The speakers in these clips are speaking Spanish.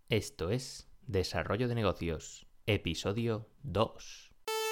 Esto es Desarrollo de Negocios, episodio 2.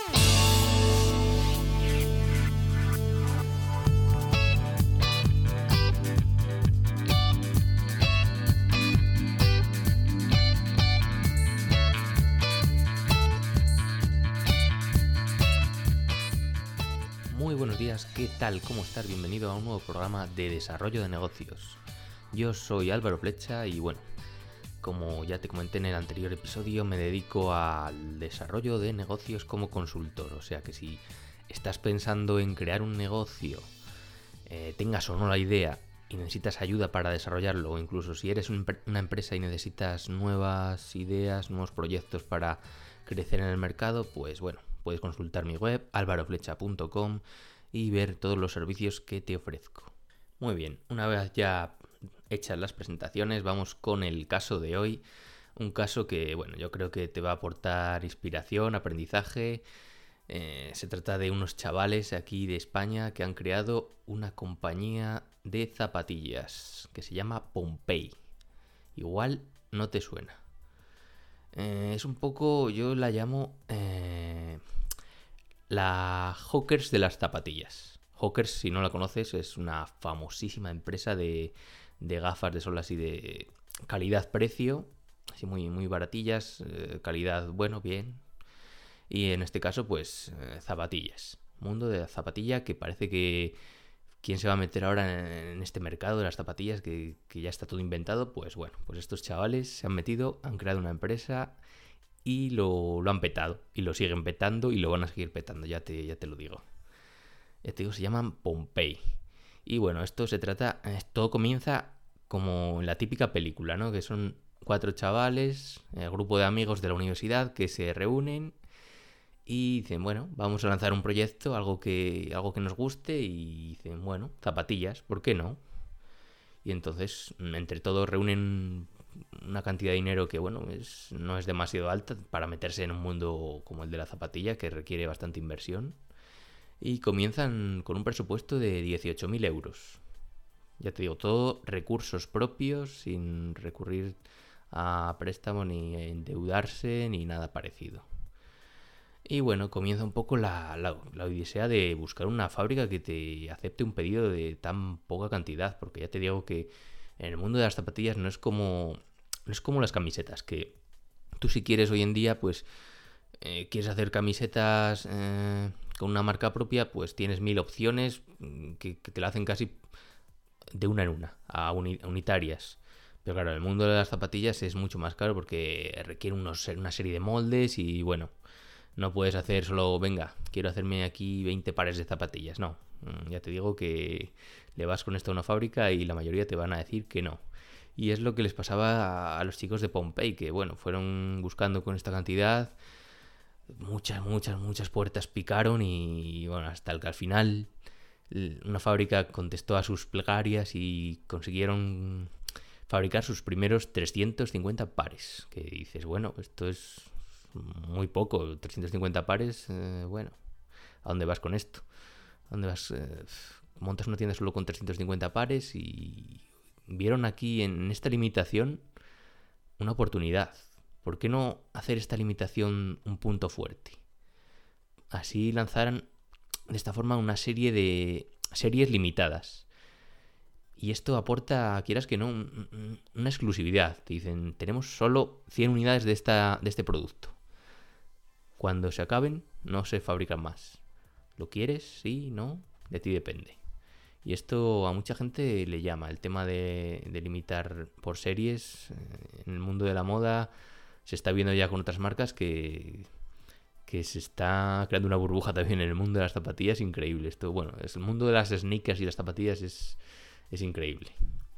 Muy buenos días, ¿qué tal? ¿Cómo estás? Bienvenido a un nuevo programa de Desarrollo de Negocios. Yo soy Álvaro Flecha y bueno, como ya te comenté en el anterior episodio, me dedico al desarrollo de negocios como consultor. O sea que si estás pensando en crear un negocio, tengas o no la idea y necesitas ayuda para desarrollarlo, o incluso si eres una empresa y necesitas nuevas ideas, nuevos proyectos para crecer en el mercado, pues bueno, puedes consultar mi web, alvaroflecha.com, y ver todos los servicios que te ofrezco. Muy bien, una vez ya hechas las presentaciones, vamos con el caso de hoy. Un caso que, bueno, yo creo que te va a aportar inspiración, aprendizaje. Se trata de unos chavales aquí de España que han creado una compañía de zapatillas que se llama Pompey. Igual no te suena. Es un poco, yo la llamo la Hawkers de las zapatillas. Hawkers, si no la conoces, es una famosísima empresa de gafas de sol así de calidad-precio, así muy baratillas, calidad, bueno, bien. Y en este caso, pues, zapatillas. Mundo de la zapatilla que parece que... ¿Quién se va a meter ahora en este mercado de las zapatillas que ya está todo inventado? Pues bueno, pues estos chavales se han metido, han creado una empresa y lo han petado. Y lo siguen petando y lo van a seguir petando, ya te lo digo. Ya te digo, se llaman Pompey. Y bueno, esto se trata... Todo comienza como en la típica película, ¿no? Que son 4 chavales, el grupo de amigos de la universidad que se reúnen y dicen, bueno, vamos a lanzar un proyecto, algo que nos guste, y dicen, bueno, zapatillas, ¿por qué no? Y entonces, entre todos reúnen una cantidad de dinero que, bueno, no es demasiado alta para meterse en un mundo como el de la zapatilla, que requiere bastante inversión. Y comienzan con un presupuesto de 18.000 euros. Ya te digo, todo recursos propios, sin recurrir a préstamo ni endeudarse ni nada parecido. Y bueno, comienza un poco la odisea de buscar una fábrica que te acepte un pedido de tan poca cantidad, porque ya te digo que en el mundo de las zapatillas no es como las camisetas, que tú si quieres hoy en día, pues quieres hacer camisetas con una marca propia, pues tienes 1000 opciones que te la hacen casi de una en una, unitarias. Pero claro, el mundo de las zapatillas es mucho más caro porque requiere una serie de moldes y bueno, no puedes hacer solo, venga, quiero hacerme aquí 20 pares de zapatillas. No, ya te digo que le vas con esto a una fábrica y la mayoría te van a decir que no. Y es lo que les pasaba a los chicos de Pompey, que bueno, fueron buscando con esta cantidad, muchas puertas picaron y bueno, hasta el que al final una fábrica contestó a sus plegarias y consiguieron fabricar sus primeros 350 pares. Que dices, bueno, esto es muy poco, 350 pares, bueno, ¿a dónde vas con esto? ¿A dónde vas? Montas una tienda solo con 350 pares y vieron aquí en esta limitación una oportunidad. ¿Por qué no hacer esta limitación un punto fuerte? Así lanzaran de esta forma una serie de series limitadas. Y esto aporta, quieras que no, una exclusividad. Te dicen, tenemos solo 100 unidades de este producto. Cuando se acaben, no se fabrican más. ¿Lo quieres? Sí, no, de ti depende. Y esto a mucha gente le llama, el tema de limitar por series. En el mundo de la moda se está viendo ya con otras marcas que se está creando una burbuja también en el mundo de las zapatillas increíble. Esto, bueno, el mundo de las sneakers y las zapatillas es increíble.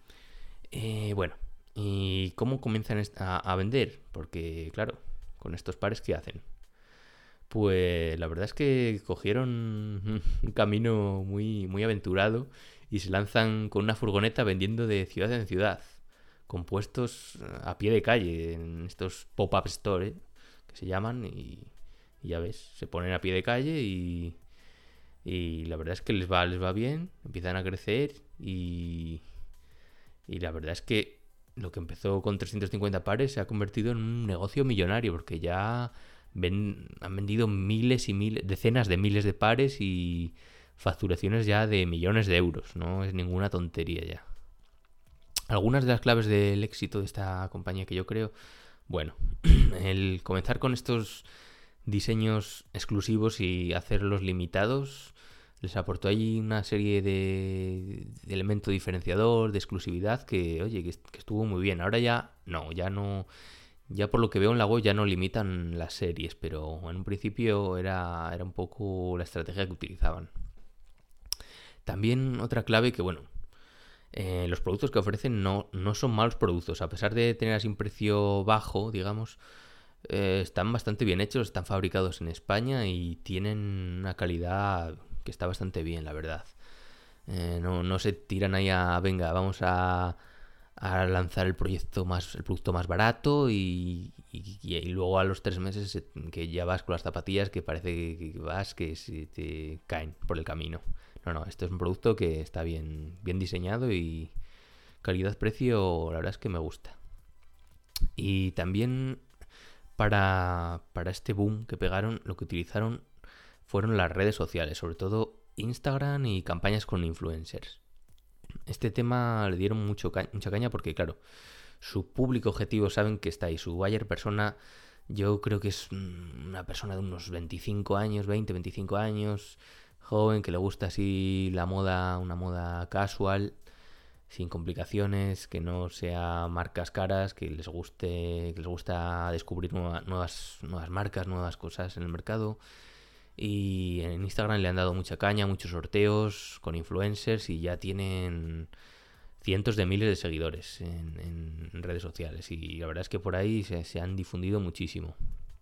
Bueno, ¿y cómo comienzan a vender? Porque, claro, con estos pares, ¿qué hacen? Pues la verdad es que cogieron un camino muy aventurado y se lanzan con una furgoneta vendiendo de ciudad en ciudad, con puestos a pie de calle, en estos pop-up store, que se llaman, y ya ves, se ponen a pie de calle y la verdad es que les va bien, empiezan a crecer y la verdad es que lo que empezó con 350 pares se ha convertido en un negocio millonario, porque ya han vendido miles y miles, decenas de miles de pares y facturaciones ya de millones de euros. No es ninguna tontería ya. Algunas de las claves del éxito de esta compañía que yo creo, bueno, el comenzar con estos diseños exclusivos y hacerlos limitados les aportó ahí una serie de elemento diferenciador, de exclusividad que, oye, que estuvo muy bien. Ahora ya no, ya por lo que veo en la web ya no limitan las series, pero en un principio era un poco la estrategia que utilizaban. También otra clave que, bueno, los productos que ofrecen no son malos productos, a pesar de tener así un precio bajo, digamos, están bastante bien hechos, están fabricados en España y tienen una calidad que está bastante bien, la verdad. No se tiran ahí venga, vamos a lanzar el producto más barato y luego a los 3 meses que ya vas con las zapatillas que parece que vas que se te caen por el camino. No, esto es un producto que está bien diseñado y calidad-precio, la verdad es que me gusta. Y también para este boom que pegaron, lo que utilizaron fueron las redes sociales, sobre todo Instagram y campañas con influencers. Este tema le dieron mucha caña porque, claro, su público objetivo saben que está ahí. Su buyer persona, yo creo que es una persona de unos 25 años, 20, 25 años, joven, que le gusta así la moda, una moda casual, sin complicaciones, que no sea marcas caras, que les gusta descubrir nuevas marcas, nuevas cosas en el mercado. Y en Instagram le han dado mucha caña, muchos sorteos con influencers y ya tienen cientos de miles de seguidores en redes sociales. Y la verdad es que por ahí se han difundido muchísimo.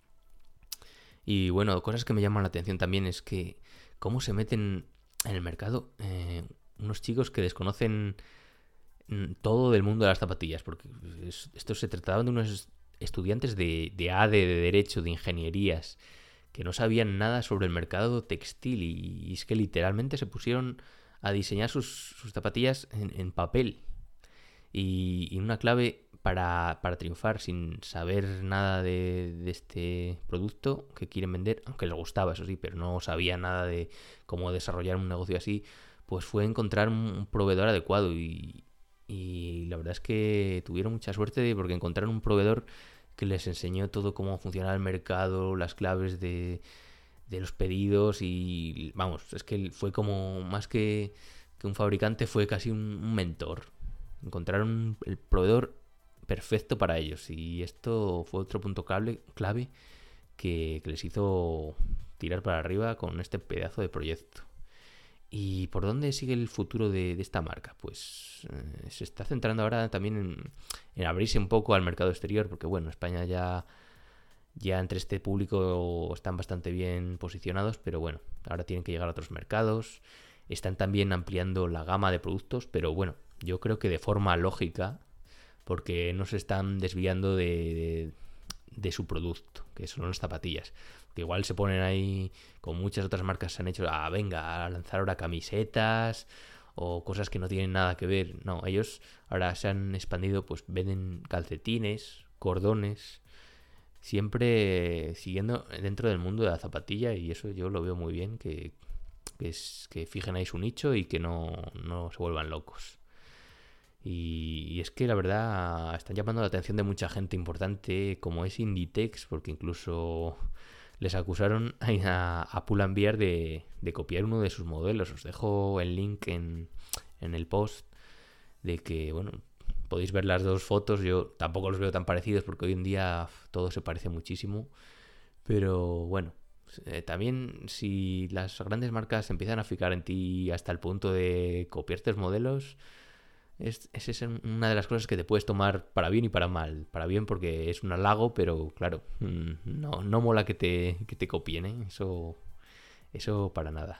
Y bueno, cosas que me llaman la atención también es que cómo se meten en el mercado unos chicos que desconocen todo del mundo de las zapatillas, porque estos se trataban de unos estudiantes de ADE, de Derecho, de Ingenierías, que no sabían nada sobre el mercado textil y es que literalmente se pusieron a diseñar sus zapatillas en papel. Y una clave para triunfar sin saber nada de este producto que quieren vender, aunque les gustaba, eso sí, pero no sabía nada de cómo desarrollar un negocio así, pues fue encontrar un proveedor adecuado y la verdad es que tuvieron mucha suerte porque encontraron un proveedor que les enseñó todo cómo funcionaba el mercado, las claves de los pedidos y vamos, es que fue como más que un fabricante, fue casi un mentor. Encontraron el proveedor perfecto para ellos y esto fue otro punto clave que les hizo tirar para arriba con este pedazo de proyecto. ¿Y por dónde sigue el futuro de esta marca? Pues se está centrando ahora también en abrirse un poco al mercado exterior, porque bueno, España ya entre este público están bastante bien posicionados, pero bueno, ahora tienen que llegar a otros mercados. Están también ampliando la gama de productos, pero bueno, yo creo que de forma lógica, porque no se están desviando de su producto, que son las zapatillas. Que igual se ponen ahí, con muchas otras marcas se han hecho, venga, a lanzar ahora camisetas o cosas que no tienen nada que ver. No, ellos ahora se han expandido, pues venden calcetines, cordones, siempre siguiendo dentro del mundo de la zapatilla y eso yo lo veo muy bien, que fijen ahí su nicho y que no se vuelvan locos. Y es que la verdad están llamando la atención de mucha gente importante como es Inditex, porque incluso les acusaron a Pull&Bear de copiar uno de sus modelos. Os dejo el link en el post de que, bueno, podéis ver las dos fotos. Yo tampoco los veo tan parecidos porque hoy en día todo se parece muchísimo. Pero bueno, también si las grandes marcas empiezan a fijar en ti hasta el punto de copiarte los modelos, esa es una de las cosas que te puedes tomar para bien y para mal. Para bien porque es un halago, pero claro, no mola que te copien, ¿eh? Eso para nada.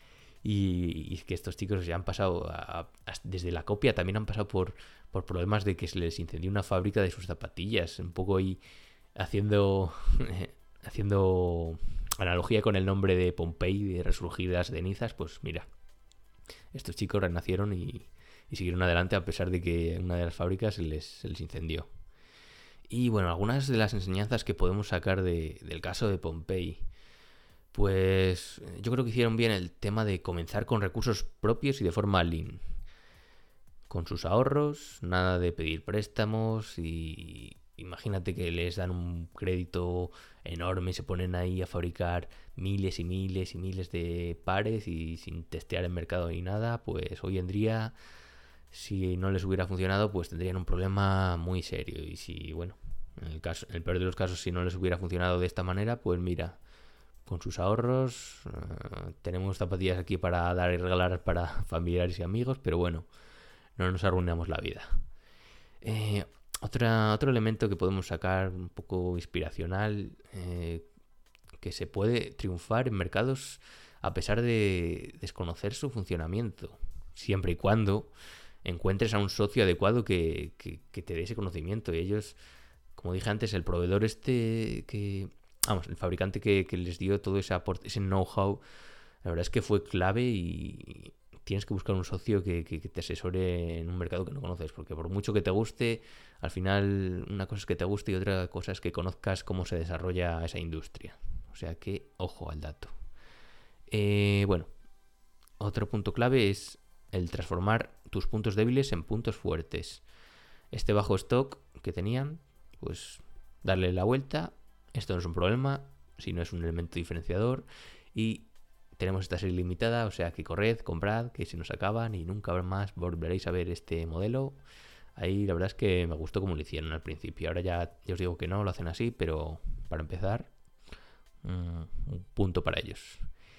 Y es que estos chicos ya han pasado, desde la copia, también han pasado por problemas de que se les incendió una fábrica de sus zapatillas. Un poco ahí haciendo analogía con el nombre de Pompey, de resurgir de las cenizas, pues mira, estos chicos renacieron y y siguieron adelante a pesar de que una de las fábricas se les incendió. Y bueno, algunas de las enseñanzas que podemos sacar del caso de Pompey. Pues yo creo que hicieron bien el tema de comenzar con recursos propios y de forma lean. Con sus ahorros, nada de pedir préstamos y imagínate que les dan un crédito enorme y se ponen ahí a fabricar miles y miles y miles de pares y sin testear el mercado ni nada, pues hoy en día si no les hubiera funcionado pues tendrían un problema muy serio y si, bueno, en el peor de los casos si no les hubiera funcionado de esta manera, pues mira, con sus ahorros tenemos zapatillas aquí para dar y regalar para familiares y amigos, pero bueno, no nos arruinamos la vida. Otro elemento que podemos sacar un poco inspiracional, que se puede triunfar en mercados a pesar de desconocer su funcionamiento, siempre y cuando encuentres a un socio adecuado que te dé ese conocimiento. Y ellos, como dije antes, el proveedor el fabricante que les dio todo ese know-how, la verdad es que fue clave y tienes que buscar un socio que te asesore en un mercado que no conoces, porque por mucho que te guste, al final una cosa es que te guste y otra cosa es que conozcas cómo se desarrolla esa industria. O sea que, ojo al dato. Bueno, otro punto clave es el transformar tus puntos débiles en puntos fuertes. Este bajo stock que tenían, pues darle la vuelta. Esto no es un problema, sino es un elemento diferenciador y tenemos esta serie limitada, o sea que corred, comprad, que se nos acaban y nunca más volveréis a ver este modelo. Ahí la verdad es que me gustó como lo hicieron al principio. Ahora ya os digo que no lo hacen así, pero para empezar, un punto para ellos.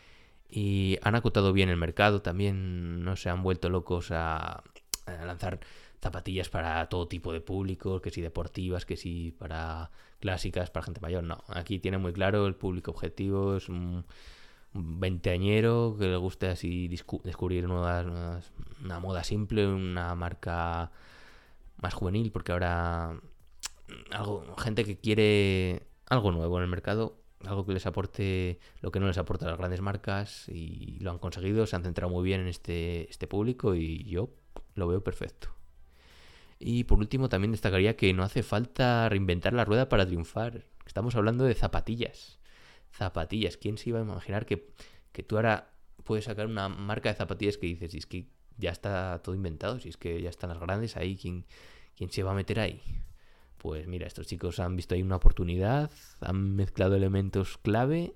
Y han acotado bien el mercado, también no se han vuelto locos a lanzar zapatillas para todo tipo de público, que si deportivas, que si para clásicas, para gente mayor. No, aquí tiene muy claro el público objetivo, es un veinteañero que le gusta así descubrir una moda simple, una marca más juvenil, porque ahora gente que quiere algo nuevo en el mercado, algo que les aporte lo que no les aporta a las grandes marcas, y lo han conseguido, se han centrado muy bien en este público y yo lo veo perfecto. Y por último también destacaría que no hace falta reinventar la rueda para triunfar. Estamos hablando de zapatillas. ¿Quién se iba a imaginar que tú ahora puedes sacar una marca de zapatillas que dices, si es que ya está todo inventado, si es que ya están las grandes ahí, ¿quién se va a meter ahí? Pues mira, estos chicos han visto ahí una oportunidad, han mezclado elementos clave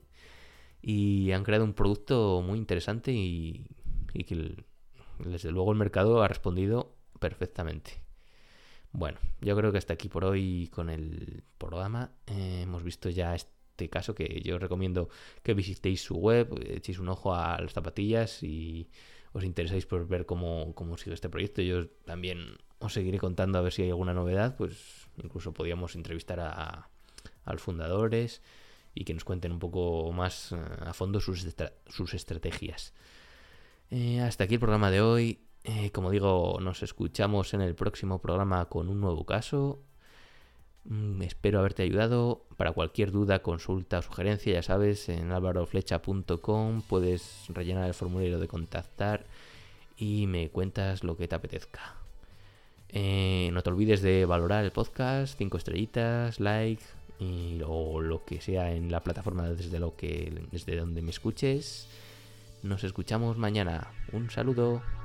y han creado un producto muy interesante y que desde luego el mercado ha respondido perfectamente. Bueno, yo creo que hasta aquí por hoy con el programa. Hemos visto ya este caso que yo os recomiendo que visitéis su web, echéis un ojo a las zapatillas y os interesáis por ver cómo sigue este proyecto. Yo también os seguiré contando a ver si hay alguna novedad, pues incluso podríamos entrevistar a los fundadores y que nos cuenten un poco más a fondo sus estrategias. Hasta aquí el programa de hoy. Como digo, nos escuchamos en el próximo programa con un nuevo caso. Espero haberte ayudado. Para cualquier duda, consulta o sugerencia, ya sabes, en alvaroflecha.com puedes rellenar el formulario de contactar y me cuentas lo que te apetezca. No te olvides de valorar el podcast, 5 estrellitas, like o lo que sea en la plataforma desde donde me escuches. Nos escuchamos mañana. Un saludo.